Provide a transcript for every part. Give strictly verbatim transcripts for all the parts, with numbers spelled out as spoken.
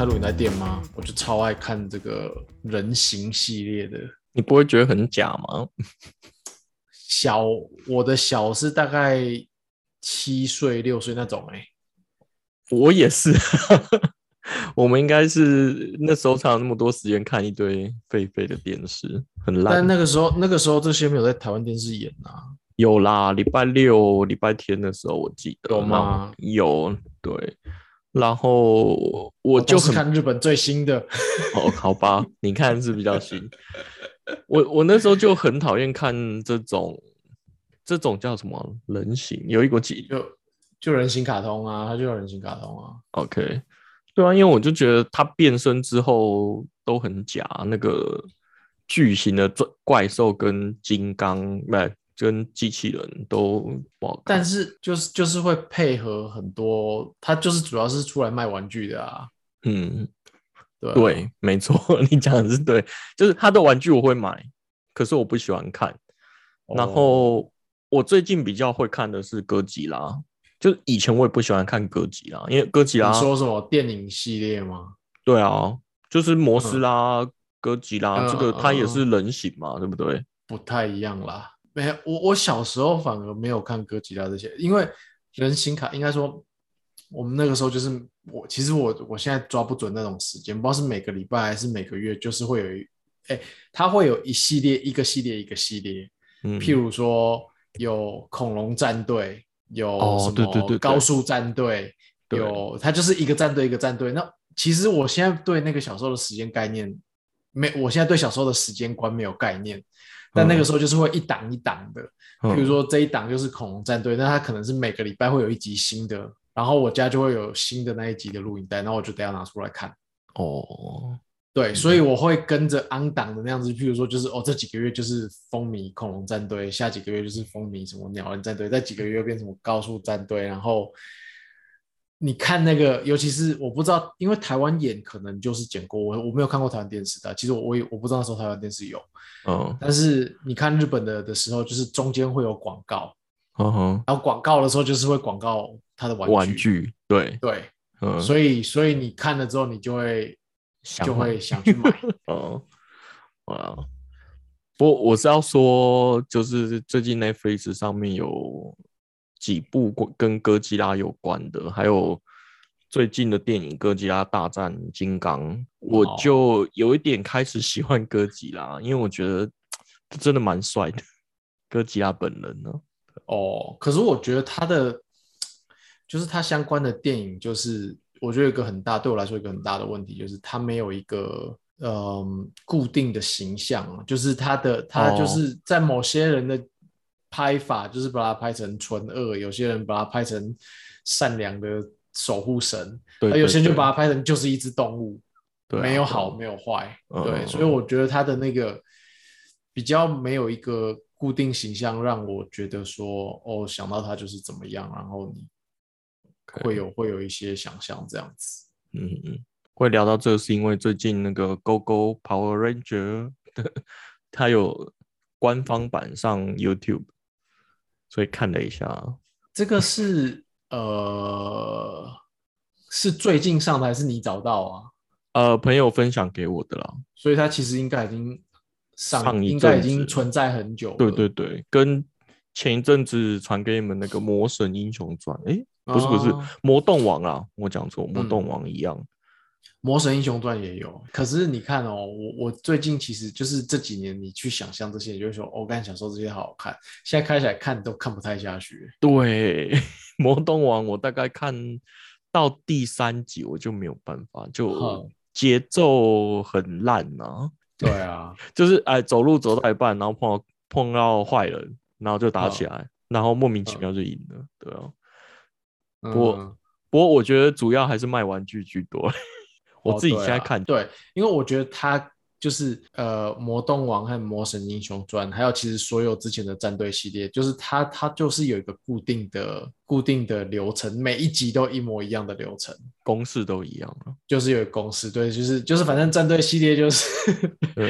开录影带店吗？我就超爱看这个人形系列的。 你不会觉得很假吗？ 小，我的小是大概七岁六岁那种、欸，哎， 我也是，我们应该是那时候才有那么多时间看一堆废废的电视，很烂。 但那个时候那个时候这些没有在台湾电视演啊， 有啦，礼拜六、礼拜天的时候我记有得，然后吗？ 有对，然后我我都就很是看日本最新的。 哦，好吧，你看是比较新。我我那时候就很讨厌看这种这种叫什么人形，有一个记就就人形卡通啊，它就有人形卡通啊。 OK，对啊，因为我就觉得它变身之后都很假，那个巨型的怪兽跟金刚，不、跟机器人都不好看。 但是就是就是会配合很多，它就是主要是出来卖玩具的啊， 嗯， 对啊， 对，没错，你讲的是对，就是他的玩具我会买，可是我不喜欢看。然哦， 后我最近比较会看的是哥吉拉，就是以前我也不喜欢看哥吉拉，因为哥吉拉， 你说什么电影系列吗？ 对啊，就是摩斯嗯拉、哥吉拉， 嗯这个它也嗯嗯， 是人形嘛，对不对？ 不太一样啦。没有，我我小时候反而没有看哥吉拉这些，因为人形卡应该说，我们那个时候就是我，其实我我现在抓不准那种时间，不知道是每个礼拜还是每个月，就是会有一，哎，它会有一系列一个系列一个系列，譬嗯， 如说有恐龙战队，有哦， 什对对么对对高速战队， 对， 有它就是一个战队一个战队。那其实我现在对那个小时候的时间概念没，我现在对小时候的时间观没有概念。但那个嗯时候就是会一档一档的，譬如嗯说这一档就是恐龙战队，那它可能是每个礼拜会有一集新的，然后我家就会有新的那一集的录影带，然后我就等下拿出来看。 哦， 对，所以嗯我会跟着昂档的那样子，譬如说就是哦，这几个月就是风靡恐龙战队，下几个月就是风靡什么鸟人战队，再几个月又变什么高速战队，然后你看那个，尤其是我不知道，因为台湾演可能就是剪过，我我没有看过台湾电视的，其实我我也我不知道那时候台湾电视有， 嗯但是你看日本的的时候，就是中间会有广告， 嗯哼， 然后广告的时候就是会广告它的玩具， 玩具，对， 对， 嗯， 所以所以你看了之后，你就会就想买， 会想去买。 哦，啊，不过我是要说，就是最近 Netflix 上面有几部跟哥吉拉有关的，还有最近的电影《哥吉拉大战金刚》，我哦就有一点开始喜欢哥吉拉，因为我觉得真的蛮帅的，哥吉拉本人呢。 哦，可是我觉得它的就是它相关的电影，就是我觉得有一个很大对我来说一个很大的问题，就是它没有一个嗯固定的形象啊，就是它的它就哦， 是在某些人的拍法，就是把它拍成纯恶，有些人把它拍成善良的守护神， 对而有些人就把对对它拍成就是一只动物， 对啊，对啊， 没有好没有坏，对，所以嗯我觉得它的那个比较没有一个固定形象，让我觉得说哦，想到它就是怎么样，然后你会 ，OK， 有会有一些想象这样子。 嗯嗯，会聊到这是因为最近那个 Go Go Power Ranger 的，它有官方版上 YouTube，所以看了一下。 这个是呃是最近上的还是你找到啊？ 呃，朋友分享给我的啦， 所以它其实应该已经上， 上一应该已阵子， 经存在很久对对了对，跟前一阵子传给你们那个《魔神英雄传》，诶，不是不是， 啊。 魔动王啊，我讲错，魔动嗯， 王一样。 魔神英雄传也有，可是你看哦，我我最近其实就是这几年，你去想象这些，你就会说，哦，刚才小时候这些好好看，现在开起来看都看不太下去。 对，魔动王我大概看到第三集我就没有办法，就哼， 节奏很烂啊， 对啊， 就是哎走路走到一半，然后碰到碰到坏人，然后就打起哼， 来，然后莫名其哼， 妙就赢了，对啊。不过嗯， 不过我觉得主要还是卖玩具居多，我哦， 自己对啊， 现在看， 对，因为我觉得它就是呃，魔动王和魔神英雄传，还有其实所有之前的战队系列，就是它它就是有一个固定的固定的流程，每一集都一模一样的流程。 公式都一样了， 就是有公式，对，就是就是反正战队系列就是对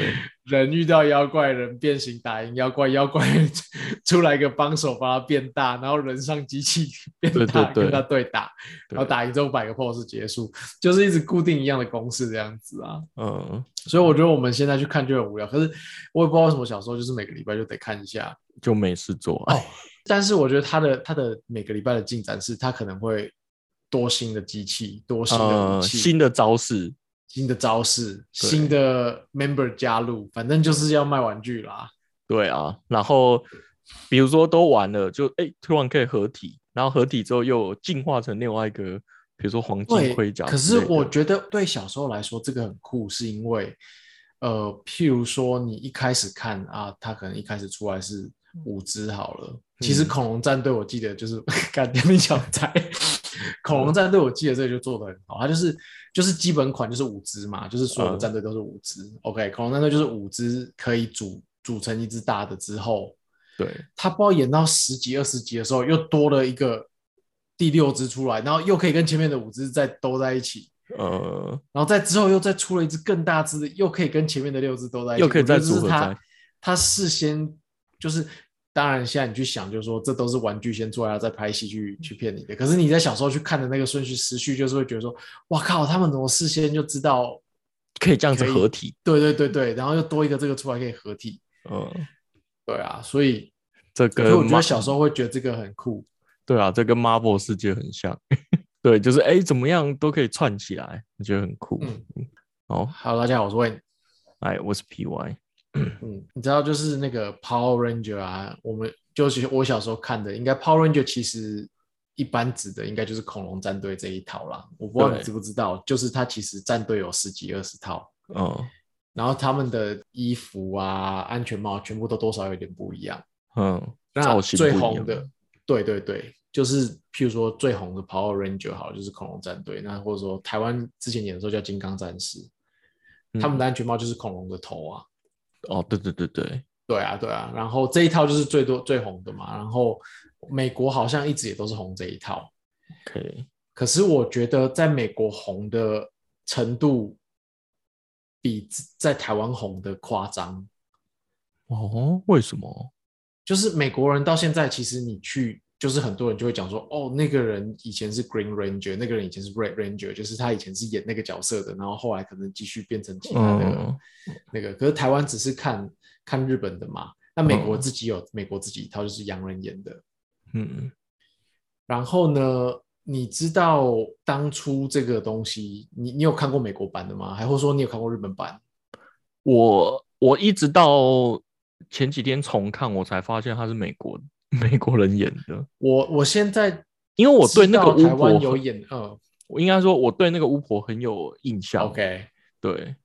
人遇到妖怪，人变形打赢妖怪，妖怪出来一个帮手把它变大，然后人上机器变大， 对对对跟他对打，然后打赢之后百个 pose 结束，就是一直固定一样的公式这样子啊。 嗯， 所以我觉得我们现在去看就很无聊，可是我也不知道为什么小时候就是每个礼拜就得看一下， 就没事做、啊、 哦。但是我觉得他的他的每个礼拜的进展是，他可能会多新的机器，多新的武器， 呃、新的招式。 新的招式，新的 member 加入，反正就是要卖玩具啦。 对啊，然后比如说都完了，就哎突然可以合体，然后合体之后又进化成另外一个，比如说黄金盔甲。 可是我觉得对小时候来说这个很酷，是因为呃，譬如说你一开始看啊，它可能一开始出来是五只好了，嗯、其实恐龙战队我记得就是干你小仔。恐龙战队我记得这个就做得很好，它就是就是基本款就是五只嘛，就是所有的战队都是五只、嗯、OK， 恐龙战队就是五只可以组组成一只大的之后， 对， 它不知道演到十集二十集的时候又多了一个第六只出来，然后又可以跟前面的五只再兜在一起，呃，然后再之后又再出了一只更大只的，又可以跟前面的六只兜在一起， 又可以再组合在，它事先就是。当然，现在你去想，就是说这都是玩具先出来，然后再拍戏去去骗你的。可是你在小时候去看的那个顺序时序，就是会觉得说，哇靠，他们怎么事先就知道可以这样子合体？ 对对对对，然后又多一个这个出来可以合体。嗯，对啊，所以这个所以我觉得小时候会觉得这个很酷。 对啊，这跟 Marvel 世界很像。对，就是哎怎么样都可以串起来，我觉得很酷。嗯，好， 好，大家好，我是 Wayne， 哎，我是 P Y。 嗯，你知道就是那个 Power Ranger 啊，我们就是我小时候看的，应该 Power Ranger 其实一般指的应该就是恐龙战队这一套啦。我不知道你知不知道，就是它其实战队有十几二十套，嗯，然后他们的衣服啊、安全帽全部都多少有点不一样，嗯，那最红的，对对对，就是譬如说最红的 Power Ranger 好了，就是恐龙战队，那或者说台湾之前演的时候叫金刚战士，他们的安全帽就是恐龙的头啊。 哦，对对对对， 对啊对啊，然后这一套就是最多最红的嘛，然后美国好像一直也都是红这一套。 OK， 可是我觉得在美国红的程度比在台湾红的夸张。 哦，为什么？ 就是美国人到现在，其实你去，就是很多人就会讲说，哦，那个人以前是 Green Ranger， 那个人以前是 Red Ranger， 就是他以前是演那个角色的，然后后来可能继续变成其他的、嗯、那个。可是台湾只是看看日本的嘛，那美国自己有、嗯、美国自己一套，就是洋人演的。嗯，然后呢，你知道当初这个东西，你你有看过美国版的吗？还或者说你有看过日本版？ 我我一直到前几天重看，我才发现他是美国美国人演的。 我我现在因为我对那个巫婆台湾有演，嗯， 我应该说我对那个巫婆很有印象。 OK， 对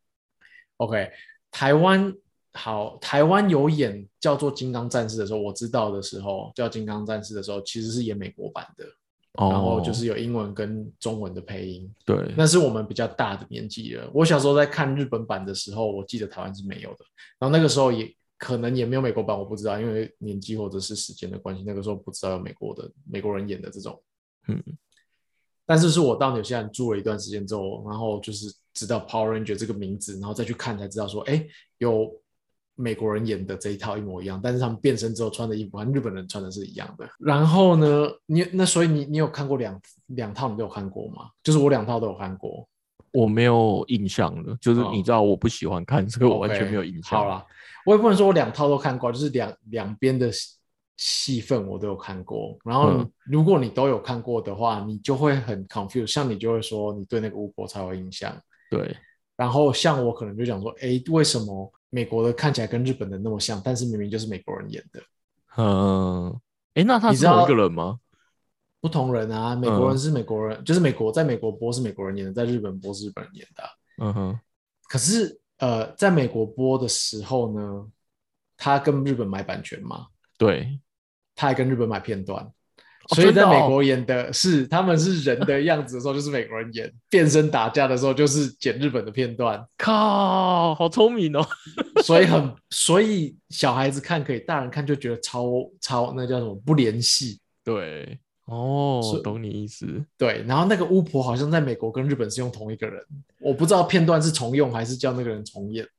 ，OK， 台湾好，台湾有演叫做《金刚战士》的时候，我知道的时候叫《金刚战士》的时候，其实是演美国版的，哦、然后就是有英文跟中文的配音。 对， 那是我们比较大的年纪了。我小时候在看日本版的时候，我记得台湾是没有的，然后那个时候也。可能也没有美国版，我不知道，因为年纪或者是时间的关系，那个时候不知道有美国的美国人演的这种。嗯，但是是我到纽西兰住了一段时间之后，然后就是知道 Power Ranger 这个名字，然后再去看才知道说，哎，有美国人演的这一套一模一样，但是他们变身之后穿的衣服和日本人穿的是一样的。然后呢，你那所以你你有看过两两套，你都有看过吗？就是我两套都有看过。 我没有印象的，就是你知道我不喜欢看，所以我完全没有印象。 好啦，我也不能说我两套都看过，就是两两边的戏份我都有看过。然后、嗯、如果你都有看过的话，你就会很 confused， 像你就会说你对那个巫婆才有印象。 对。 然后像我可能就讲说，哎，为什么美国的看起来跟日本的那么像，但是明明就是美国人演的？ 嗯，哎，那他是同一个人吗？ 不同人啊，美国人是美国人，嗯、就是美国在美国播是美国人演的，在日本播是日本人演的、啊。嗯哼。可是呃，在美国播的时候呢，他跟日本买版权嘛， 对， 他还跟日本买片段，哦、所以在美国演的是、哦、他们是人的样子的时候就是美国人演，变身打架的时候就是剪日本的片段。 靠，好聪明哦！ 所以很，所以小孩子看可以，大人看就觉得超超那叫什么不联系。 对。哦，懂你意思。 对，然后那个巫婆好像在美国跟日本是用同一个人，我不知道片段是重用还是叫那个人重演。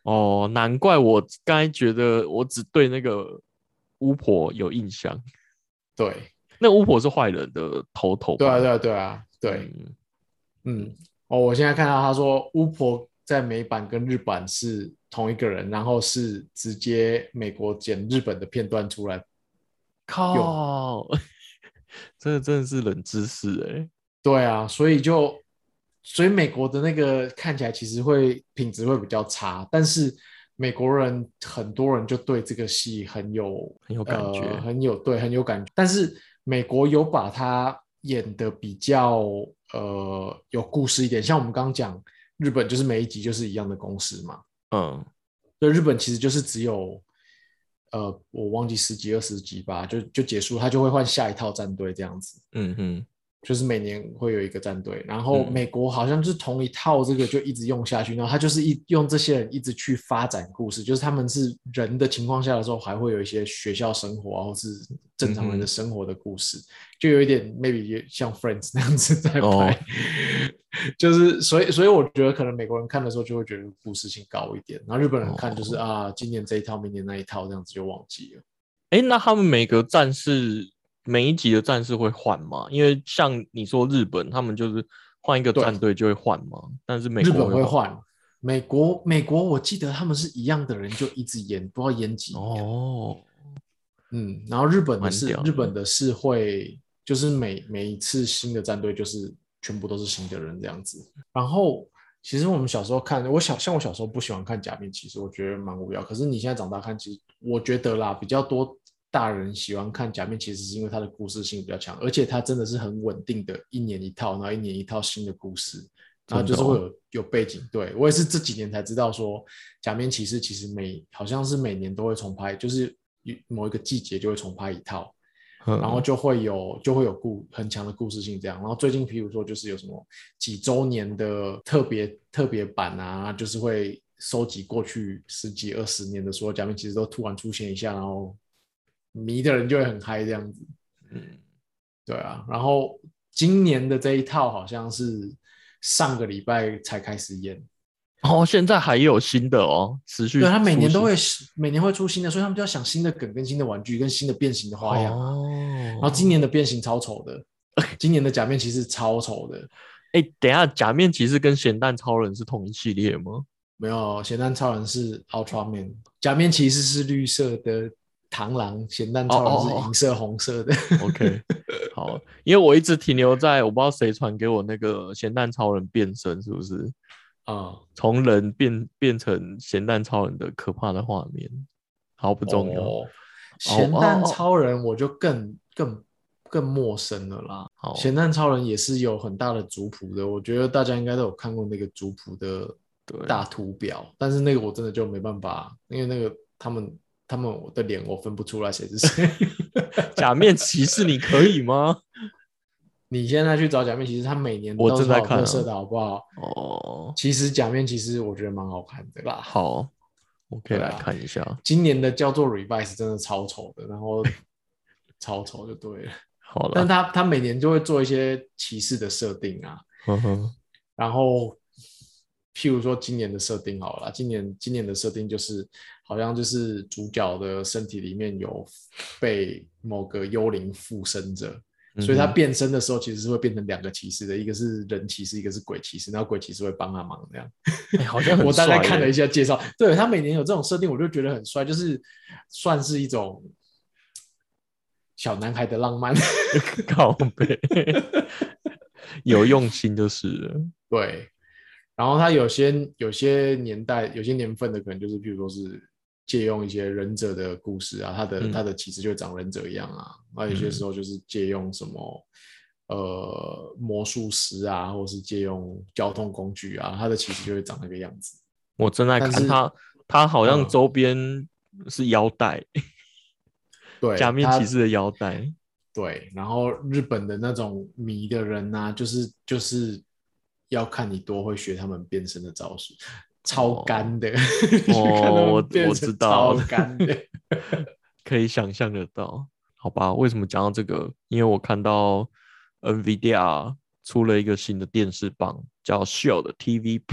哦，难怪我刚才觉得我只对那个巫婆有印象。 对， 那巫婆是坏人的头头对啊， 吧？ 对啊，对啊，对， 嗯嗯，哦，我现在看到他说巫婆在美版跟日版是同一个人，然后是直接美国剪日本的片段出来用。 靠，这个真的是冷知识哎。 对啊，所以就所以美国的那个看起来其实会品质会比较差，但是美国人很多人就对这个戏很有很有感呃觉。 很有对很有感觉，但是美国有把它演的比较呃有故事一点，像我们刚刚讲日本就是每一集就是一样的公式嘛， 嗯对，日本其实就是只有呃我忘记十几二十集吧，就就结束，他就会换下一套战队这样子。 嗯哼就是每年会有一个战队，然后嗯美国好像就是同一套这个就一直用下去，然后他就是一用这些人一直去发展故事，就是他们是人的情况下的时候，还会有一些学校生活啊，或是正常人的嗯哼。 生活的故事，就有一点 maybe 像 Friends 那样子在哦， 拍，就是所以所以我觉得可能美国人看的时候就会觉得故事性高一点，然后日本人看就是哦， 啊今年这一套，明年那一套这样子就忘记了。 哎，那他们每个战士每一集的战士会换吗？因为像你说日本，他们就是换一个对， 战队就会换嘛，但是美日国会换。 本会换，美国美国我记得他们是一样的人就一直演，不知道演几年。 哦， 嗯，然后日本的蛮是日屌的。 本的是会就是每每一次新的战队就是全部都是新的人这样子。然后其实我们小时候看，我小像我小时候不喜欢看假面骑士，我觉得蛮无聊。可是你现在长大看，其实我觉得啦，比较多大人喜欢看假面骑士，是因为它的故事性比较强，而且它真的是很稳定的，一年一套，然后一年一套新的故事。然后真的哦。 就是会有有背景，对我也是这几年才知道说，假面骑士其实每好像是每年都会重拍，就是某一个季节就会重拍一套，然后嗯， 就会有就会有故很强的故事性这样。然后最近譬如说就是有什么几周年的特别特别版啊，就是会收集过去十几二十年的所有假面骑士都突然出现一下，然后迷的人就会很嗨这样子。 嗯， 对啊，然后今年的这一套好像是上个礼拜才开始演， 哦，现在还有新的哦，持对， 续他每出新。 年都会每年会出新的，所以他们就要想新的梗、跟新的玩具、跟新的变形的花样啊。然后今哦， 年的变形超丑的，今年的假面骑士超丑的， 哎，等一下，假面骑士跟咸蛋超人是同一系列吗？ 没有咸蛋超人是 Ultraman，假面骑士是绿色的螳螂，咸蛋哦哦超人是银哦色红色的。 ，OK，好，因为我一直停留在我不知道谁传给我那个咸蛋超人变身，是不是啊、 从人变变成咸蛋超人的可怕的画面？好，不重要。 哦， 哦哦咸蛋哦， 超人我就更更更陌生了啦。咸好， 蛋超人也是有很大的族谱的，我觉得大家应该都有看过那个族谱的大对， 图表，但是那个我真的就没办法，因为那个他们他们的脸我分不出来谁是谁。 假面骑士你可以吗？ 你现在去找假面骑士，他每年我正都是在看啊。 好有特色的好不好？ 哦， 其实假面骑士我觉得蛮好看的啦。 好，我可以来对啊， 看一下。 今年的叫做 Revise 真的超丑的，然后超丑就对了。 好了， 但是他他每年就会做一些歧视的设定啊， 呵呵， 然后譬如说今年的设定好了啦，今年今年的设定就是好像就是主角的身体里面有被某个幽灵附身着，所以他嗯哼， 变身的时候其实是会变成两个骑士的，一个是人骑士，一个是鬼骑士，然后鬼骑士会帮他忙这样。 哎、好像很我大概帅看了一耶。 下介绍，对他每年有这种设定，我就觉得很帅，就是算是一种小男孩的浪漫。 靠背，有用心就是了。 对，然后它有些有些年代、有些年份的，可能就是譬如说是借用一些忍者的故事啊，他的他嗯的骑士就会长忍者一样啊。那有些时嗯， 候就是借用什么呃魔术师啊，或是借用交通工具啊，他的骑士就会长那个样子。 我正在但是， 看他，他好像嗯， 周边是腰带，假对他面骑士的腰带。 对，然后日本的那种迷的人呐、啊，就是就是要看你多会学他们变身的招数，超哦干的，去看他哦，我们变我知身超道了， 干的。 可以想象得到。好吧，为什么讲到这个？因为我看到 NVIDIA 出了一个新的电视棒，叫 Shield T V Pro。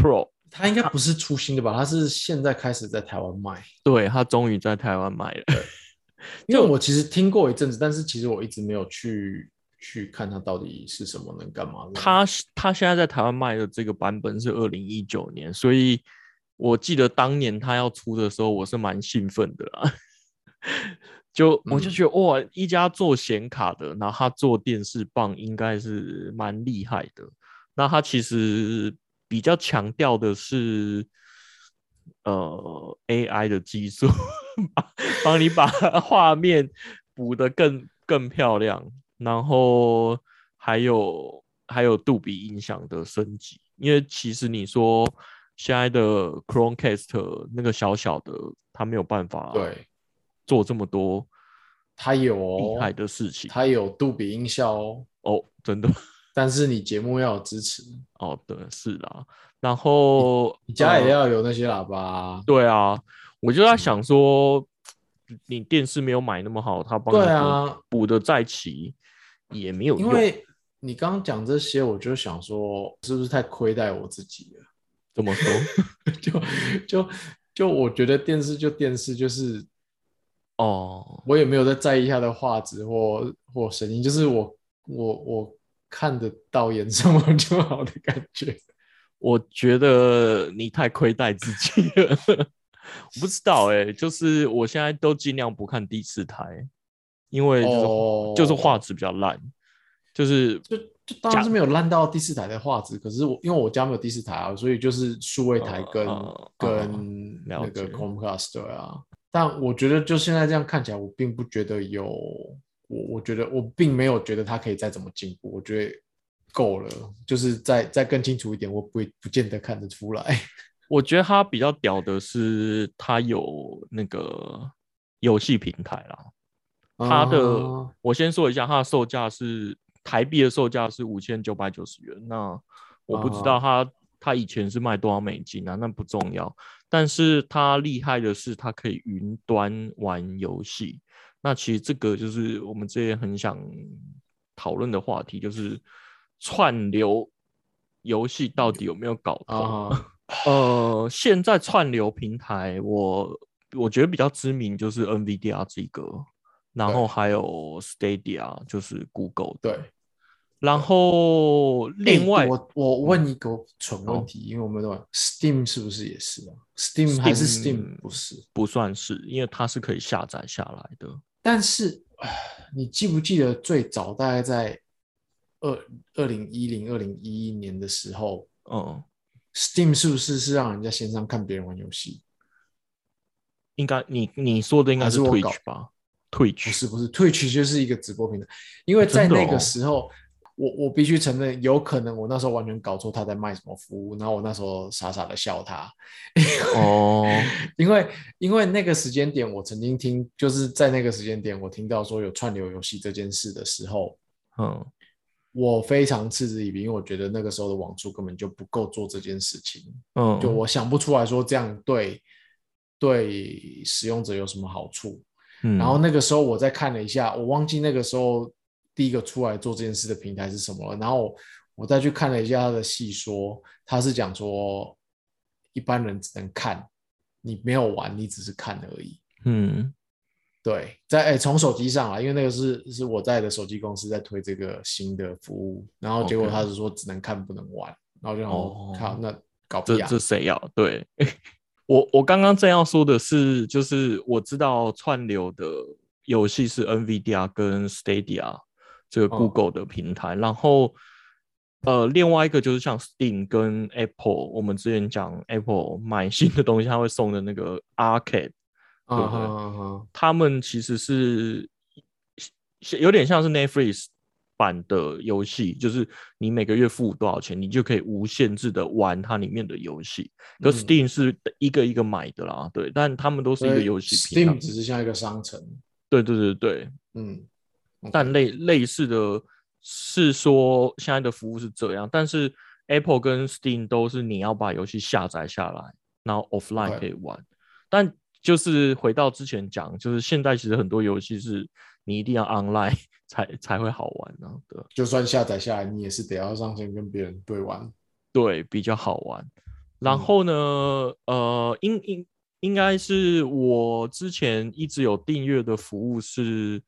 他应该不是出新的吧？他是现在开始在台湾卖。 对，他终于在台湾卖了。 对，因为我其实听过一阵子，但是其实我一直没有去去看它到底是什么，能干嘛这样。 他他现在在台湾卖的这个版本是二零一九年，所以我记得当年他要出的时候，我是蛮兴奋的啦。就我就觉得、嗯、哇，一家做显卡的，然后他做电视棒应该是蛮厉害的。那他其实比较强调的是呃 A I 的技术，帮你把画面补得更更漂亮，然后还有还有杜比音响的升级。因为其实你说现在的 Chromecast 那个小小的，它没有办法对做这么多， 它有厉害哦， 的事情。 它有杜比音效哦， 哦，真的。 但是你节目要有支持。 哦，对，是啦。然后你家也要有那些喇叭、啊。 对啊，我就在想说，嗯、你电视没有买那么好，他帮你补补的再齐也没有用。 因为你刚刚讲这些，我就想说，是不是太亏待我自己了？ 怎么说？ 就就就我觉得电视就电视，就是哦， 我也没有在在意它的画质或或声音，就是我我我看得到演什么就好的感觉。 我觉得你太亏待自己了。我不知道哎、欸，就是我现在都尽量不看第四台，因为就是、哦、就是画质比较烂，就是就就当然是没有烂到第四台的画质，可是我因为我家没有第四台啊，所以就是数位台跟、呃、跟那个 Chromecast 对啊。但我觉得就现在这样看起来，我并不觉得有我我觉得我并没有觉得它可以再怎么进步，我觉得够了，就是再再更清楚一点，我不会不见得看得出来。 我觉得它比较屌的是，它有那个游戏平台啦。它的、uh, 我先说一下，它的售价是台币的售价是五千九百九十元。那我不知道它、uh, 它以前是卖多少美金啊，那不重要。但是它厉害的是，它可以云端玩游戏。那其实这个就是我们之前很想讨论的话题，就是串流游戏到底有没有搞头？ uh, 呃，现在串流平台我我觉得比较知名就是 N V D R 这个，然后还有 Stadia 就是 Google 的。 对。 然后另外， 欸、我我问一个蠢问题，嗯、因为我们都 Steam 是不是也是啊 ？Steam 还是 Steam 不是？ 不算是，因为它是可以下载下来的。 但是你记不记得最早大概在二二零一零二零一一年的时候， 嗯 ，Steam 是不是是让人家线上看别人玩游戏？ 应该你你说的应该是 Twitch 吧 ？Twitch 不是不是 Twitch 就是一个直播平台，因为在那个时候。我我必须承认，有可能我那时候完全搞错他在卖什么服务，然后我那时候傻傻的笑他。哦，因为因为那个时间点，我曾经听，就是在那个时间点，我听到说有串流游戏这件事的时候，嗯，我非常嗤之以鼻，因为我觉得那个时候的网速根本就不够做这件事情。嗯，就我想不出来说这样对对使用者有什么好处。嗯，然后那个时候我再看了一下，我忘记那个时候。第一个出来做这件事的平台是什么了？然后我再去看了一下他的细说，他是讲说一般人只能看，你没有玩，你只是看而已。嗯，对，在哎从手机上啊，因为那个是是我在的手机公司在推这个新的服务，然后结果他是说只能看不能玩，然后就想说靠，那搞屁啊！ 这这谁要？对我我刚刚正要说的是，就是我知道串流的游戏是 N V D R 跟 Stadia。这个 Google 的平台，哦、然后呃，另外一个就是像 Steam 跟 Apple， 我们之前讲 Apple 买新的东西，他会送的那个 Arcade，、啊、对不对？啊、他们其实是有点像是 Netflix 版的游戏，就是你每个月付多少钱，你就可以无限制的玩它里面的游戏。可 Steam 是一个一个买的啦，对，但他们都是一个游戏平台。Steam 只是像一个商城。 对对对对，嗯。但类类似的是说，现在的服务是这样，但是 Apple 跟 Steam 都是你要把游戏下载下来，然后 offline 可以玩。Okay. 但就是回到之前讲，就是现在其实很多游戏是你一定要 online 才才会好玩啊。 就算下载下来，你也是得要上线跟别人对玩， 对，比较好玩。 然后呢，呃，应应应该是我之前一直有订阅的服务是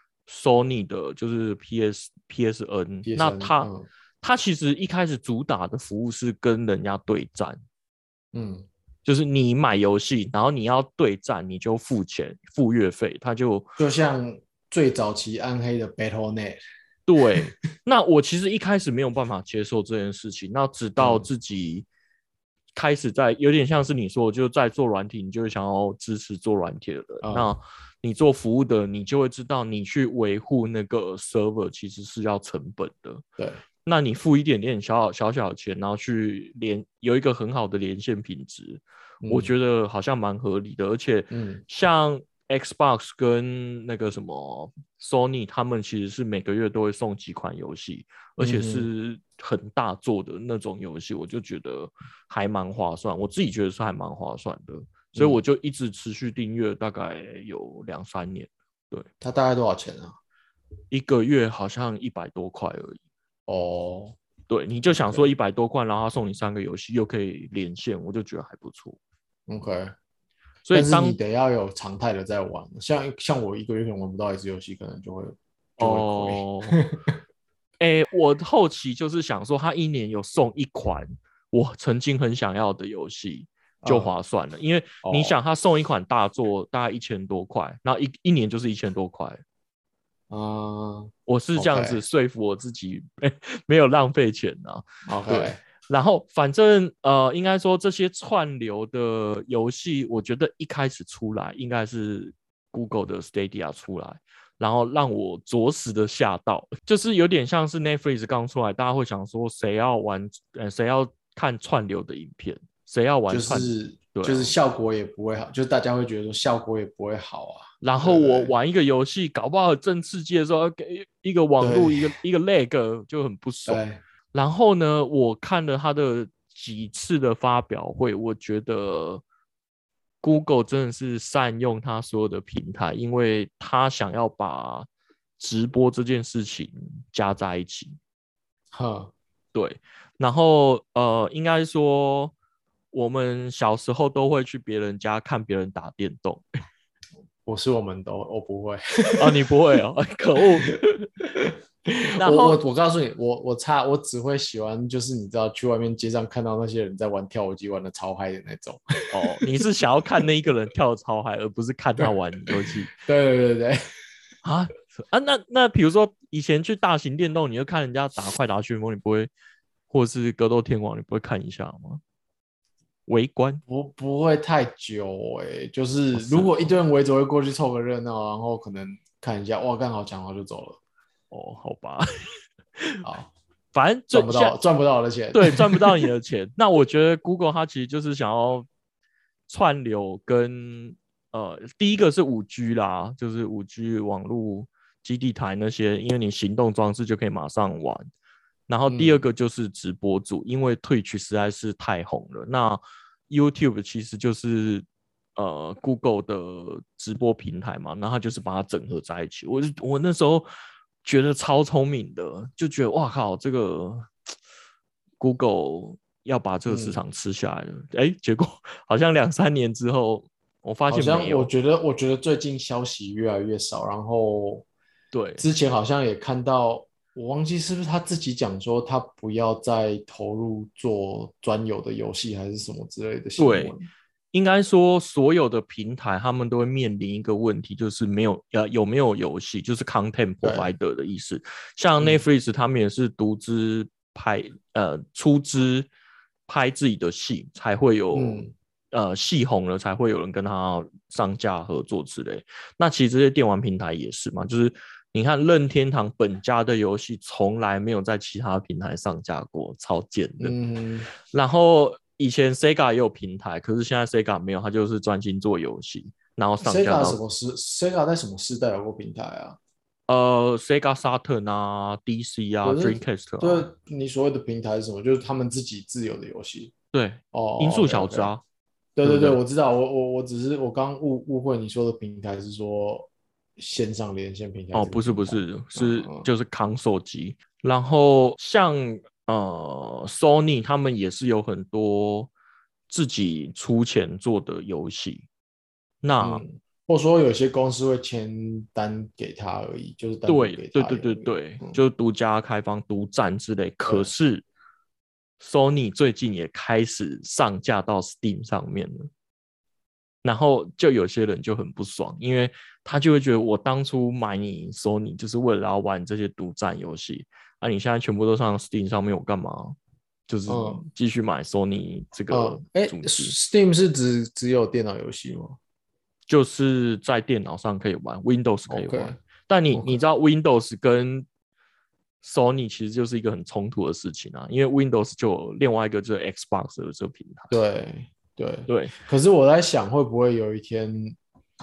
Sony 的，就是 P S P S N。 P S N， 那它嗯它其实一开始主打的服务是跟人家对战， 嗯， 就是你买游戏，然后你要对战，你就付钱付月费，它就就像最早期暗黑的 Battle Net， 对。那我其实一开始没有办法接受这件事情，那直到嗯自己开始在有点像是你说，就在做软体，你就会想要支持做软体的人。 嗯， 那你做服务的，你就会知道，你去维护那个 server 其实是要成本的。 对， 那你付一点点小小小的钱，然后去连有一个很好的连线品质，我嗯觉得好像蛮合理的。而且嗯像 Xbox 跟那个什么 Sony，他们其实是每个月都会送几款游戏，而且嗯哼是很大做的那种游戏，我就觉得还蛮划算。我自己觉得是还蛮划算的，所以我嗯， 就一直持续订阅，大概有两三年。对， 它大概多少钱啊？ 一个月好像一百多块而已。 哦对，你就想说 ，OK 一百多块，然后他送你三个游戏，又可以连线，我就觉得还不错。 OK， 所以当但是你得要有常态的在玩，像像我一个月可能玩不到一次游戏，可能就会就会亏。 哦，诶，我后期就是想说，他一年有送一款我曾经很想要的游戏，就嗯， 划算了。因为你想， 哦， 他送一款大作大概一千多块，那一一年就是一千多块。 嗯我是这样子 ，OK 说服我自己，没有浪费钱啊。对， OK， 然后反正呃，应该说这些串流的游戏，我觉得一开始出来应该是 Google 的 Stadia 出来，然后让我着实的吓到，就是有点像是 Netflix 刚出来，大家会想说谁要玩，呃，谁要看串流的影片，谁要玩就串， 是对啊。 就是效果也不会好，就是大家会觉得说效果也不会好啊， 然后对不对？ 我玩一个游戏，搞不好正刺激的时候，给一个网络对一个一个 lag 就很不爽。 对， 然后呢，我看了他的几次的发表会，我觉得 Google 真的是善用他所有的平台，因为他想要把直播这件事情加在一起。 哼， 对，然后呃，应该说我们小时候都会去别人家看别人打电动。 不是我们都，我不会。 哦，你不会哦，可恶。然我我后我告诉你，我我差我只会喜欢，就是你知道去外面街上看到那些人在玩跳舞机玩的超嗨的那种。 哦，你是想要看那一个人跳超嗨，而不是看他玩游戏对对对对， 啊？啊，那那比如说以前去大型电动，你就看人家打快打旋风，你不会，或者是格斗天王，你不会看一下吗？围观不不会太久哎、就是哦，是如果一哦， 堆人围着会过去凑个热闹，然后可能看一下，哇，刚好抢好就走了。 哦，好吧。 好， 反正赚不最像到赚不到我的钱。 对赚不到你的钱。那我觉得 Google 它其实就是想要串流跟呃，第一个是五 G 啦，就是五 G 网络基地台那些，因为你行动装置就可以马上玩。然后第二嗯个就是直播主，因为 Twitch 实在是太红了。那 YouTube 其实就是呃 Google 的直播平台嘛，然后它就是把它整合在一起。我我那时候觉得超聪明的，就觉得哇靠，这个 Google 要把这个市嗯， 场吃下来了。哎，结果好像两三年之后，我发好像我现没有。 觉得我觉得最近消息越来越少，然后对之前好像也看到，我忘记是不是他自己讲说他不要再投入做专有的游戏还是什么之类的新对， 闻。 应该说所有的平台他们都会面临一个问题，就是没有呃有没有游戏，就是 content 对， provider 的意思。像嗯 Netflix 他们也是独资拍呃出资拍自己的戏，才会有嗯呃戏红了，才会有人跟他上架合作之类。那其实这些电玩平台也是嘛，就是你看任天堂本家的游戏从来没有在其他平台上架过，超贱的。 嗯然后以前 Sega 也有平台，可是现在 Sega 没有，它就是专心做游戏，然后上架 ，Sega 什到么时？Sega 在什么时代有过平台啊？ 呃 Sega Saturn 啊、D C 啊、 可是， Dreamcast 啊。 对你所谓的平台是什么？就是他们自己自有的游戏。 对，音哦速 ，OK 小子 OK， 啊， 对对对， 对不对？ 我知道，我我我只是我刚误误会你说的平台是说线上连线平台哦， 这个不是平台。 不是， 嗯是嗯就是 console 机。然后像呃 Sony 他们也是有很多自己出钱做的游戏。那、 嗯，或者说有些公司会签单给他而已，就是单独对给对对他拥有。 对对， 嗯， 就是独家开放、独占之类。可对， 是 Sony 最近也开始上架到 Steam 上面了，然后就有些人就很不爽，因为他就会觉得我当初买你 Sony 就是为了要玩这些独占游戏，啊，你现在全部都上 Steam 上面，我干嘛？就是嗯继续买 Sony 这个嗯，哎主机， ，Steam 是只只有电脑游戏吗就是在电脑上可以玩，Windows 可以玩。 ？OK 但你 OK， 你知道 Windows 跟 Sony 其实就是一个很冲突的事情啊，因为 Windows 就有另外一个就是 Xbox 的这个平台。 对对。 对可是我在想，会不会有一天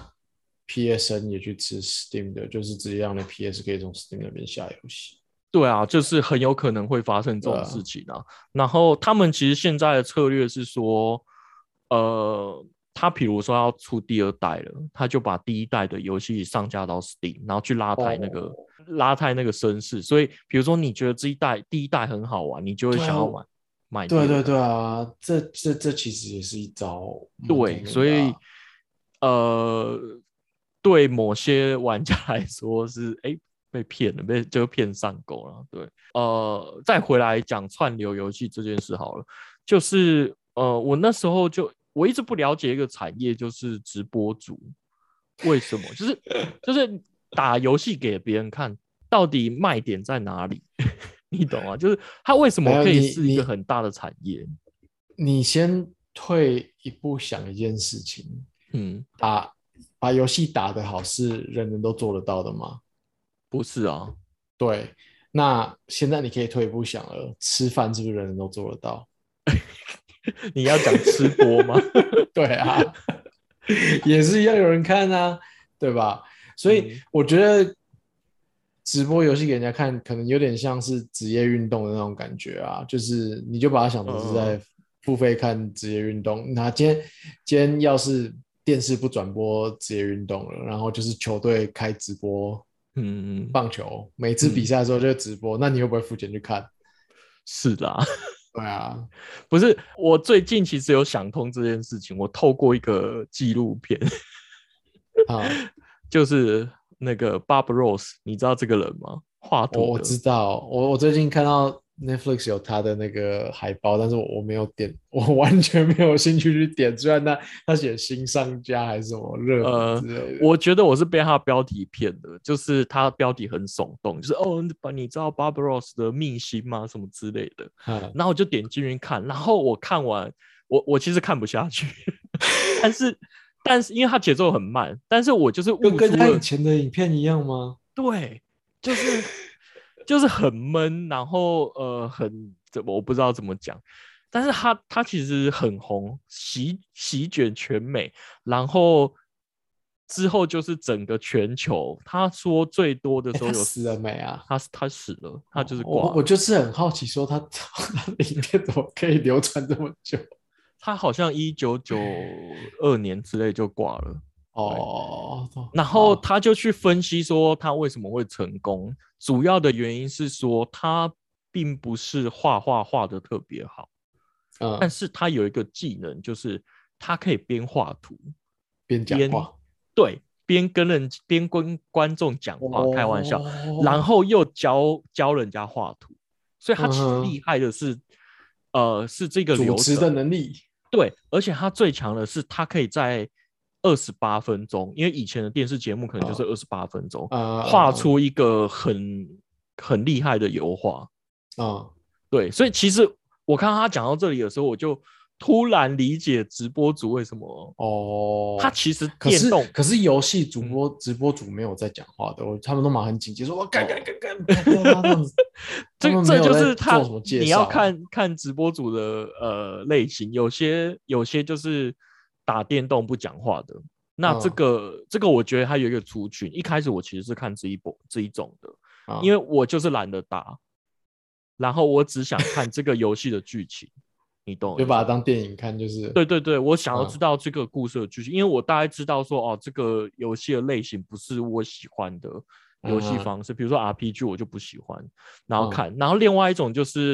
P S N 也去吃 Steam 的，就是直接让你 P S 可以从 Steam 那边下游戏。 对啊，就是很有可能会发生这种事对啊， 情啊。然后他们其实现在的策略是说，呃，他比如说要出第二代了，他就把第一代的游戏上架到 Steam，然后去拉抬那个、 哦， 拉抬那个声势。所以，比如说你觉得这一代第一代很好玩，你就会对啊， 想要买买第对对对二代。 啊，这这这其实也是一招蛮聪对， 明的啊。 所以呃，对某些玩家来说是哎被骗了，被就骗上钩了。对，呃，再回来讲串流游戏这件事好了，就是呃，我那时候就我一直不了解一个产业，就是直播主为什么，就是就是打游戏给别人看，到底卖点在哪里？你懂吗？就是他为什么没有可以是一个你你很大的产业？ 你先退一步想一件事情， 嗯， 打把游戏打得好是人人都做得到的吗？ 不是啊。 对，那现在你可以退一步想了，吃饭是不是人人都做得到？ 你要讲吃播吗？ 对啊，也是一样有人看啊，对吧？所以嗯我觉得直播游戏给人家看，可能有点像是职业运动的那种感觉啊，就是你就把它想成是呃在付费看职业运动。那今天今天要是电视不转播职业运动了，然后就是球队开直播嗯棒球，每次比嗯， 赛的时候就直播，那你会不会付钱去看？ 是啦。 对啊， 不是我最近其实有想通这件事情，我透过一个纪录片， 啊， 就是那个 Bob Ross，你知道这个人吗？画图的。 我我知道，我我最近看到 Netflix 有他的那个海报，但是我我没有点，我完全没有兴趣去点。虽然他他写新商家还是什么热门呃， 之类的， 我觉得我是被他标题骗的，就是他标题很耸动，就是哦，你知道 Bob Ross 的秘辛吗？什么之类的。 哈， 然后我就点进去看，然后我看完，我我其实看不下去，但是但是因为他节奏很慢，但是我就是就跟他以悟出了， 前的影片一样吗？ 对，就是就是很闷，然后呃很怎么我不知道怎么讲，但是他他其实很红，席席卷全美，然后之后就是整个全球，他说最多的哎， 时候有他死了没啊？ 他他死了，他哦， 就是我我挂了。 就是很好奇，说他他的影片怎么可以流传这么久？ 他好像一九九二年之类就挂了。对， 哦， 然后好， 他就去分析说他为什么会成功，主要的原因是说他并不是画画画的特别好，但嗯， 是他有一个技能，就是他可以边画图边讲边话， 对边跟人边跟观众讲话开玩笑，然哦， 后又教教人家画图，所以他嗯哼， 其实厉害的是，呃，是这个主持的流程。 能力， 对，而且他最强的是，他可以在二十八分钟，因为以前的电视节目可能就是啊二十八分钟，画啊出一个很很厉害的油画。 啊！ 对，所以其实我看到他讲到这里的时候，我就突然理解直播主为什么他哦， 其实可是电动， 可是游戏主嗯， 播直播主没有在讲话的，我他们都蛮很紧急说，我干干哦， 干干干干他这样子，他这这就们没有在是他做什么介你要绍。 看看直播主的呃类型，有些有些就是打电动不讲话的。那这嗯个这个，我觉得它有一个族群。一开始我其实是看这一波这一种的，因啊， 为我就是懒得打，然后我只想看这个游戏的剧情，你懂我就把它意思吗？ 当电影看，就是对对对，我想要知嗯道这个故事的剧情，因为我大概知道说，哦，这个游戏的类型不是我喜欢的游戏嗯方式，比如说 R P G 我就不喜欢，然后嗯看，然后另外一种就是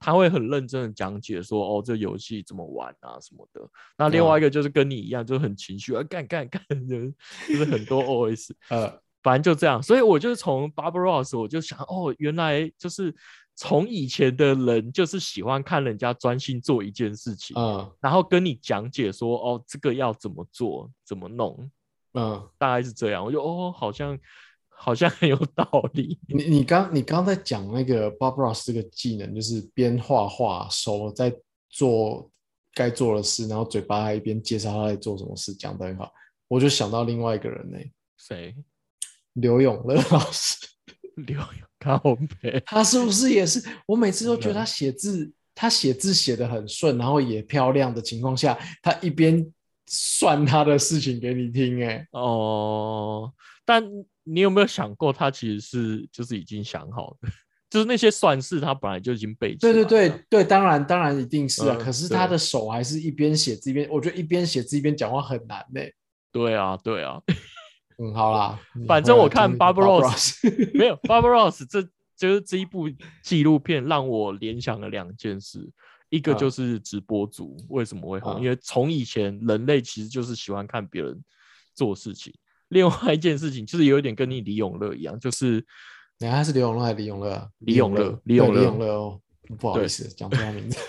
他会很认真的讲解说，哦，这游戏怎么玩啊什么的。那另外一个就是跟你一样，就很情绪啊，干干干，就是很多 O S， 呃， 反正就这样。所以我就是从 Barbaros， 我就想，哦，原来就是从以前的人就是喜欢看人家专心做一件事情， 嗯然后跟你讲解说，哦，这个要怎么做，怎么弄， 嗯， 大概是这样。我就哦，好像好像很有道理。 你你刚你刚在讲那个 Bob Ross 这个技能，就是边画画，手在做该做的事，然后嘴巴还一边介绍他在做什么事，讲得很好。我就想到另外一个人呢、 谁？ 刘永乐老师， 刘靠北。 他是不是也是？我每次都觉得他写字，他写字写得很顺，然后也漂亮的情况下，他一边算他的事情给你听、欸，哎， 哦，但你有没有想过，他其实是就是已经想好的，就是那些算式他本来就已经背起对来了。 对对对，当然当然一定是啊。 嗯， 可是他对的手还是一边写字一边，我觉得一边写字一边讲话很难呢、欸。 对啊对啊。 嗯，好啦，你反回来正我看讲你的 Barbaros Barbaros 没有 Barbaros 这就是这一部纪录片让我联想了两件事，一个就嗯是直播主为什么会红， 嗯因为从以前人类其实就是喜欢看别人做事情。另外一件事情就是有一点跟你李永乐一样，就是你看他是李永乐还是李永乐啊？ 李永乐，李对李永乐， 永乐哦，不好意对， 思讲错他名字。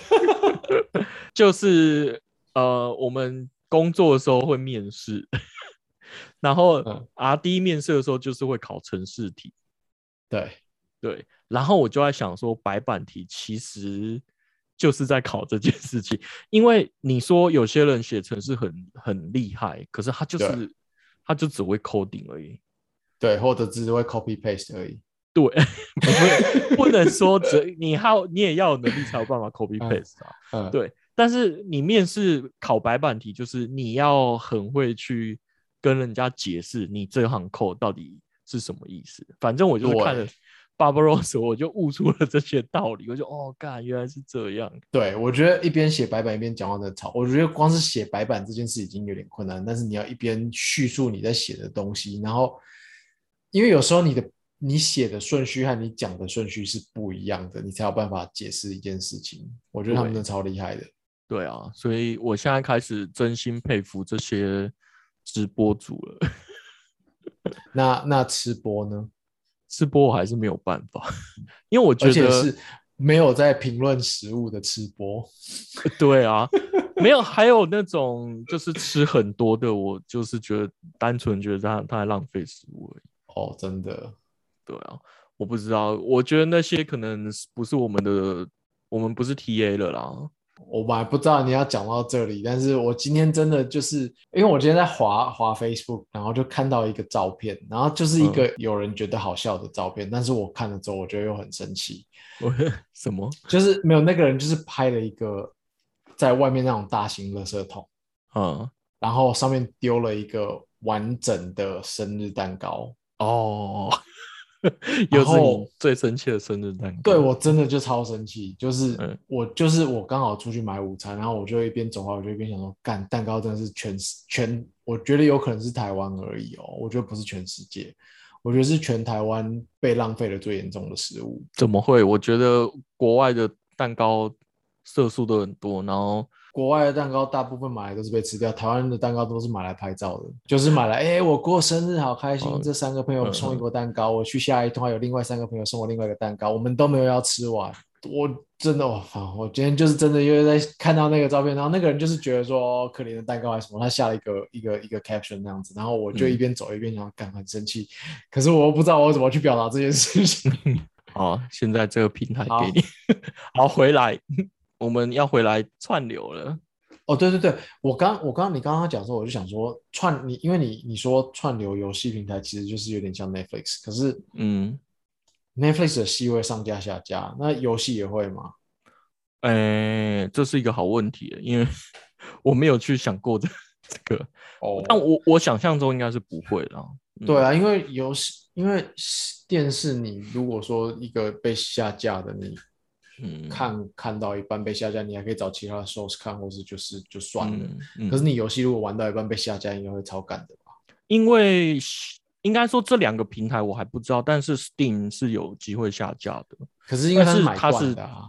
就是呃，我们工作的时候会面试，然后嗯， R D 面试的时候就是会考程式题， 对对，然后我就在想说，白板题其实就是在考这件事情，因为你说有些人写程式很很厉害，可是他就对是他就只会 coding 而已， 对，或者只是会 copy paste 而已。 对，不不能说只你还你也要有能力才有办法 copy 嗯 paste 啊， 嗯， 对，但是你面试考白板题，就是你要很会去跟人家解释你这行 code 到底是什么意思。反正我就是看了对 Barbaros， 我就悟出了这些道理，我就哦，干，原来是这样。 对，我觉得一边写白板一边讲话的吵，我觉得光是写白板这件事已经有点困难，但是你要一边叙述你在写的东西，然后因为有时候你的你写的顺序和你讲的顺序是不一样的，你才有办法解释一件事情。我觉得他们真的超厉害的。 对啊，所以我现在开始真心佩服这些直播主了。 那那吃播呢？ 吃播我还是没有办法，因为我觉得而且是没有在评论食物的吃播。 对啊，没有，还有那种就是吃很多的，我就是觉得单纯觉得他他在浪费食物而已。 哦，真的。 对啊，我不知道，我觉得那些可能不是我们的，我们不是 T A 了啦。 我本来不知道你要讲到这里，但是我今天真的就是因为我今天在滑滑 Facebook，然后就看到一个照片，然后就是一个有人觉得好笑的照片，但是我看了之后，我觉得又很生气。 我什么？ 就是没有那个人就是拍了一个在外面那种大型垃圾桶， 嗯， 然后上面丢了一个完整的生日蛋糕。 哦， 然又是你后最生气的生日蛋糕。 对我真的就超生气，就是嗯我就是我刚好出去买午餐，然后我就一边走过来，我就一边想说，干蛋糕真的是全全，我觉得有可能是台湾而已哦，我觉得不是全世界，我觉得是全台湾被浪费的最严重的食物。 怎么会？我觉得国外的蛋糕色素都很多，然后国外的蛋糕大部分买来都是被吃掉，台湾的蛋糕都是买来拍照的，就是买来，哎、欸，我过生日好开心， 哦这三个朋友送一嗯个蛋糕，我去下一通还有另外三个朋友送我另外一个蛋糕，我们都没有要吃完。我真的，我操！我今天就是真的，因为在看到那个照片，然后那个人就是觉得说、哦、可怜的蛋糕还是什么，他下了一个一个一个 caption 那样子，然后我就一边走一边想，干、嗯、很生气，可是我又不知道我怎么去表达这件事情。 好，现在这个平台给你，好, 好回来，我们要回来串流了。 哦，对对对，我刚我刚你刚刚讲说，我就想说串你，因为你你说串流游戏平台其实就是有点像 Netflix，可是嗯 ，Netflix 的戏会上架下架，那游戏也会吗？ 哎，这是一个好问题，因为我没有去想过这这个， 哦， 但我我想象中应该是不会啦。 嗯、对啊，因为游戏，因为电视你如果说一个被下架的，你嗯看看到一半被下架，你还可以找其他的 source 看，或是就是就算了。 嗯嗯、 可是你游戏如果玩到一半被下架，应该会超赶的吧？ 因为应该说这两个平台我还不知道，但是 Steam 是有机会下架的。 可是因为它是买它是断的啊。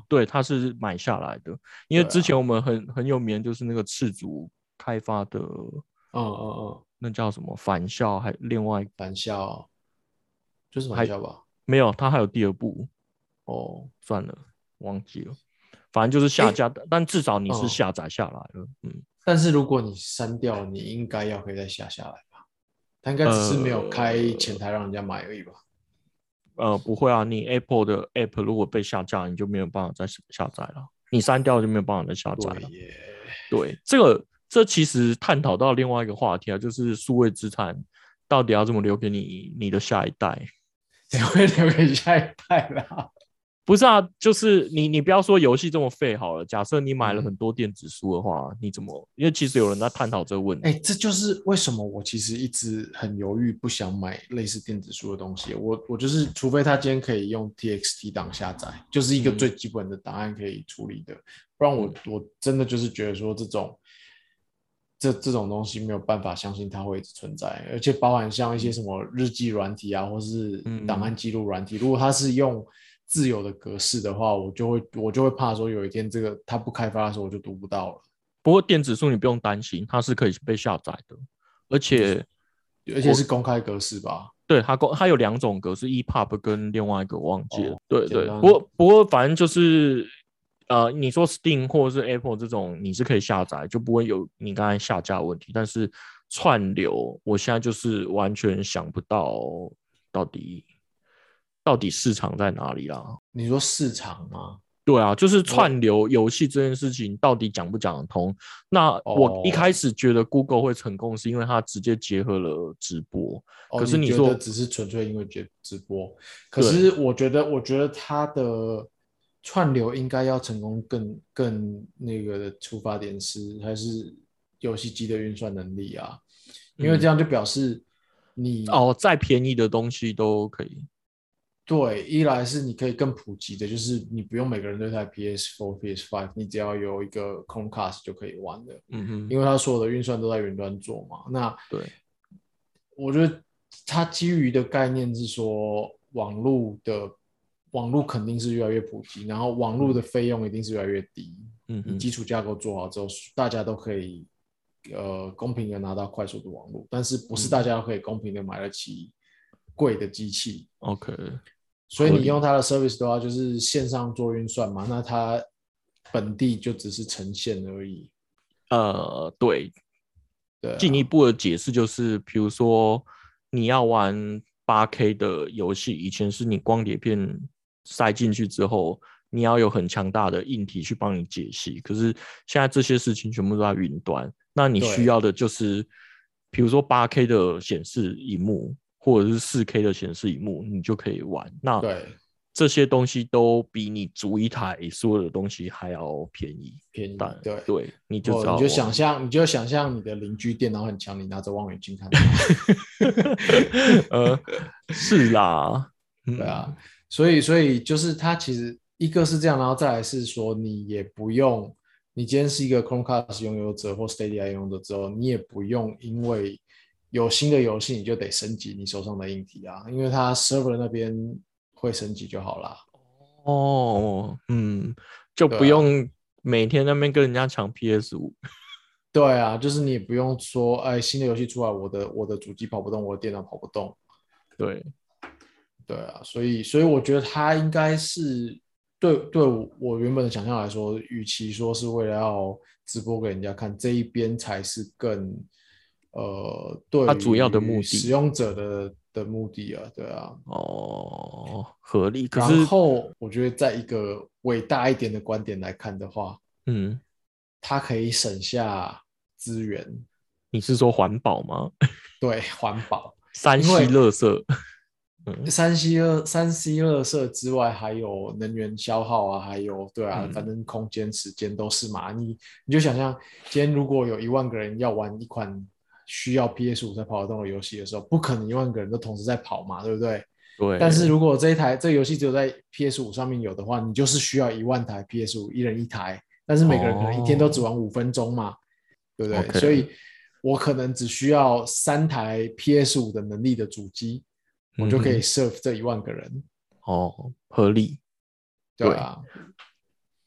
对，它是买下来的，因为之前我们很很有名就是那个赤足开发的， 嗯嗯嗯， 那叫什么返校，还另外返校就是返还校吧？ 没有，它还有第二部哦，算了，忘记了，反正就是下哎， 架，但至少你是嗯， 下载下来了，嗯， 但是如果你删掉，你应该要可以再下下来吧？它应该只是没有开前呃台让人家买而已吧？ 呃，不会啊，你 Apple 的 App 如果被下架，你就没有办法再下载了，你删掉就没有办法再下载了。 对耶， 对，这个这其实探讨到另外一个话题啊，就是数位资产到底要怎么留给你你的下一代？ 谁会留给下一代啦？ 不是啊，就是你你不要说游戏这么废好了，假设你买了嗯。 很多电子书的话，你怎么？因为其实有人在探讨这个问哎， 题。 这就是为什么我其实一直很犹豫，不想买类似电子书的东西。我我就是，除非他今天可以用 T X T 档下载，就是一个嗯最基本的档案可以处理的，不然我嗯我真的就是觉得说这种这这种东西没有办法相信它会一直存在，而且包含像一些嗯什么日记软体啊，或是档案嗯， 记录软体，如果它是用自由的格式的话，我就会我就会怕说有一天这个它不开发的时候我就读不到了。 不过电子书你不用担心，它是可以被下载的，而且而且是公开格式吧？ 对，它它有两种格式，E P U B 跟另外一个我忘记了。 哦， 对对，不简单， 过不过反正就是呃，你说 Steam 或者是 Apple 这种，你是可以下载，就不会有你刚才下架的问题。但是串流，我现在就是完全想不到到底到底市场在哪里啦。 你说市场吗？ 对啊，就是串我流游戏这件事情到底讲不讲得通？那我一开哦始觉得 Google 会成功，是因为它直接结合了直播。 哦， 可是你你说觉得只是纯粹因为直直播？可对， 是我觉得，我觉得它的串流应该要成功更更那个的出发点是还是游戏机的运算能力啊，因为这嗯， 样就表示你哦，再便宜的东西都可以。 对，一来是你可以更普及的，就是你不用每个人都台 P S 四、P S 五，你只要有一个 Chromecast 就可以玩的， 嗯哼， 因为它所有的运算都在云端做嘛。那对， 我觉得它基于的概念是说，网络的网络肯定是越来越普及，然后网络的嗯费用一定是越来越低。你基嗯哼， 础架构做好之后，大家都可以呃公平的拿到快速的网络，但是不是大嗯家都可以公平的买得起贵的机器。 ，OK， 所以合理。 你用它的 service 的话，就是线上做运算嘛，那它本地就只是呈现而已。 呃，对， 对啊， 进一步的解释就是，比如说你要玩八 K 的游戏，以前是你光碟片塞进去之后，你要有很强大的硬体去帮你解析。可是现在这些事情全部都在云端，那你需要对的就是，比如说八 K 的显示荧幕，或者是四 K 的显示荧幕，你就可以玩。那对， 这些东西都比你租一台所有的东西还要便宜。 便宜， 但对。 对，你就知哦，你就道往。 想象，你就想象你的邻居电脑很强，你拿着望远镜看他。 呃，是啦， 对啊， 嗯所以所以就是它其实一个是这样，然后再来是说你也不用，你今天是一个 Chromecast 拥有者或 Stadia 拥有者之后，你也不用因为有新的游戏你就得升级你手上的硬体啊，因为它 server 那边会升级就好啦。 哦，嗯，就对啊， 不用每天那边跟人家抢 P S 五。 对啊，就是你也不用说，哎，新的游戏出来，我的我的主机跑不动，我的电脑跑不动。 对， 对啊，所以所以我觉得他应该是对对我原本的想象来说，与其说是为了要直播给人家看，这一边才是更呃对它主要的于目的， 使用者的的目的啊，对啊。 哦，合理。可然是， 后我觉得在一个伟大一点的观点来看的话， 嗯， 它可以省下资源， 你是说环保吗？ 对环保， 山西因为垃圾，嗯三 C 二三 C 垃圾之外，还有能源消耗啊，还有对啊，反嗯， 正空间、时间都是嘛。你你就想象，今天如果有一万个人要玩一款需要 P S 五才跑得动的游戏的时候，不可能一万个人都同时在跑嘛，对不对？但是对如果这一台这个游戏只有在 P S 五上面有的话，你就是需要一万台 P S 五，一人一台，但是每个人可能一天都只哦玩五分钟嘛，对不对？所 ，OK， 以我可能只需要三台 P S 五的能力的主机，我就可以嗯哼， serve 这一万个人。 哦，合理，对， 对啊，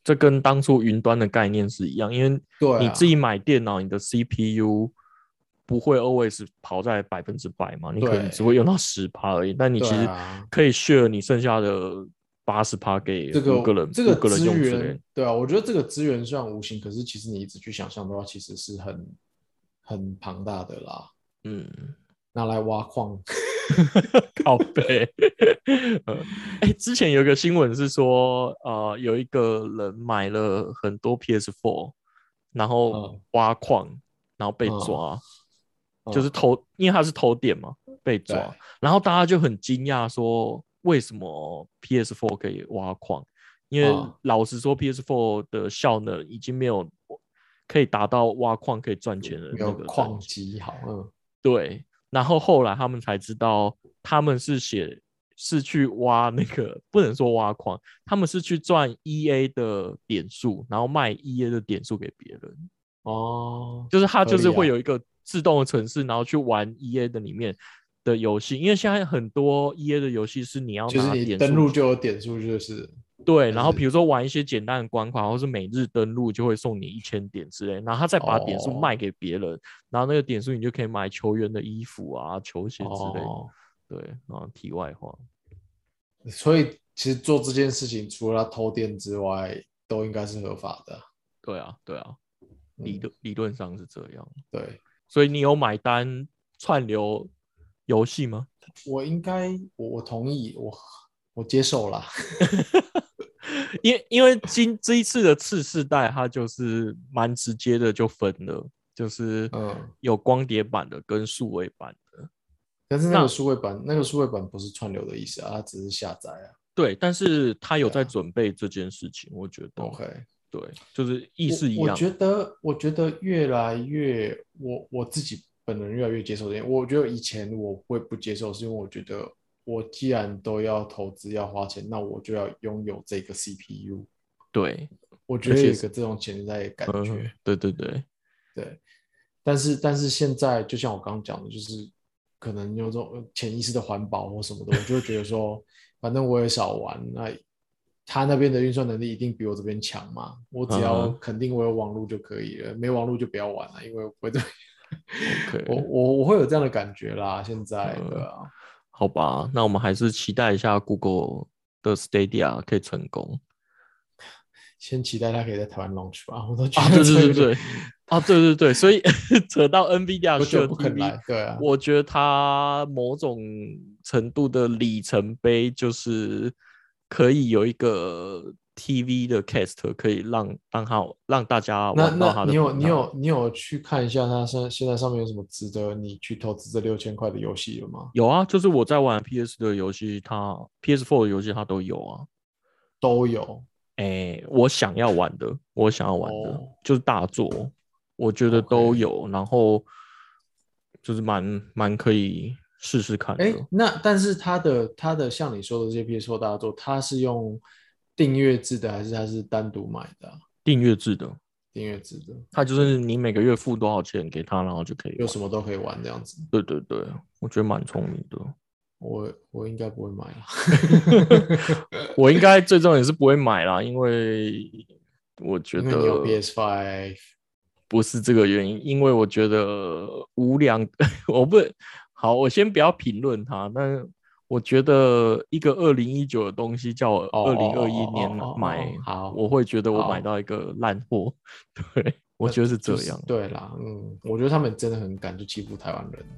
这跟当初云端的概念是一样，因为对啊你自己买电脑，你的 C P U 不会 always 跑在百分之百嘛，你可能对只会用到十趴而已，但你对其实啊， 可以 share 你剩下的八十趴给这个五个人， 这个五个人资用之类的。 源，对啊，我觉得这个资源虽然无形，可是其实你一直去想象的话，其实是很很庞大的啦。 嗯， 拿来挖矿， 靠背。呃，哎，之前有一个新闻是说，呃，有一个人买了很多 P S 四，然后嗯挖矿，然后被嗯抓，就是嗯， 偷，因为他是偷电嘛，被抓。 对， 然后大家就很惊讶说，为什么 P S 四 可以挖矿？因为嗯， 老实说，P S 四 的效能已经没有可以达到挖矿可以赚钱的没有那个等矿级。 机好，嗯， 对，然后后来他们才知道，他们是写是去挖那个，不能说挖矿，他们是去赚 E A 的点数，然后卖 E A 的点数给别人。 哦， 就是它就是合理啊， 会有一个自动的程式，然后去玩 E A 的里面的游戏，因为现在很多 E A 的游戏是你要就是拿你登录点数去。 就有点数，就是对， 还是然后比如说玩一些简单的关卡，或是每日登录就会送你一千点之类，然后他再把点数卖哦给别人，然后那个点数你就可以买球员的衣服啊、球鞋之类的。 哦， 对，然后题外话， 所以其实做这件事情，除了他偷电之外，都应该是合法的。 对啊，对啊，理嗯， 论理论上是这样。 对， 所以你有买单串流游戏吗？ 我应该，我我同意，我我接受啦。 因为因为今这一次的次世代，它就是蛮直接的就分了，就是嗯， 有光碟版的跟数位版的。 但是那个那数位版，那个数位版不是串流的意思啊，它只是下载啊。 对，但是他有在对啊准备这件事情，我觉得 ，OK。 对，就是意我我思一样。 觉得，我觉得越来越，我我自己本人越来越接受这点。我觉得以前我会不接受，是因为我觉得我既然都要投资要花钱，那我就要拥有这个 C P U。 对， 我觉而且是得有一个这种潜在的感嗯， 觉， 对对对对。但是但是现在，就像我刚刚讲的，就是可能有种潜意识的环保或什么的，我就会觉得说，反正我也少玩，那他那边的运算能力一定比我这边强嘛，我只要嗯肯定我有网络就可以了，没网络就不要玩了，因为我不会对我 ，OK， 我我会有这样的感觉啦。现在对嗯， 啊， 好吧，那我们还是期待一下 Google 的 Stadia 可以成功。 先期待他可以在台湾 launch 吧，我都觉啊， 得对这有点对对对，啊，对对对，所以扯到 NVIDIA 多久 Share 不肯 T V， 来，对啊， 我觉得它某种程度的里程碑就是可以有一个 T V 的 cast 可以让让它让大家那玩到它那你有的平台。 你有你有去看一下它现现在上面有什么值得你去投资这六千块的游戏了吗？ 有啊，就是我在玩 P S 的游戏，它 P S 四 的游戏它都有啊。 都有哎，我想要玩的，我想要玩的哦就是大作，我觉得都 ，OK。 有，然后就是蛮蛮可以试试看哎， 的。 那但是它的它的像你说的这些 P S 四 大作，它是用订阅制的，还是它是单独买的啊订阅制的， 订阅制的它就 ？OK， 是你每个月付多少钱给他，然后就可以就玩。 什么都可以玩这样子。 对对对，我觉得蛮聪明的。 我我应该不会买了。 我应该最重也是不会买啦，因为我觉因为你有得 P S 五， 不是这个原因，因为我觉得无良，我不好，我先不要评论它，但是我觉得一个二零一九的东西叫我哦二零哦哦哦二一年哦哦买， 哦，好我会觉得我买好， 到一个烂货，对我那觉得是就是这样。 对啦，嗯，我觉得他们真的很敢就欺负台湾人。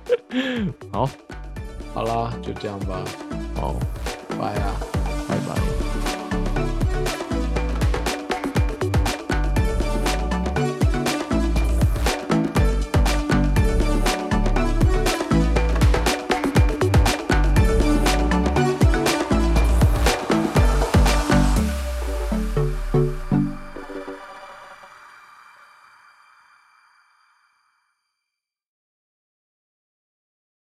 好， 好啦，就这样吧， 好， 拜啊。 拜拜。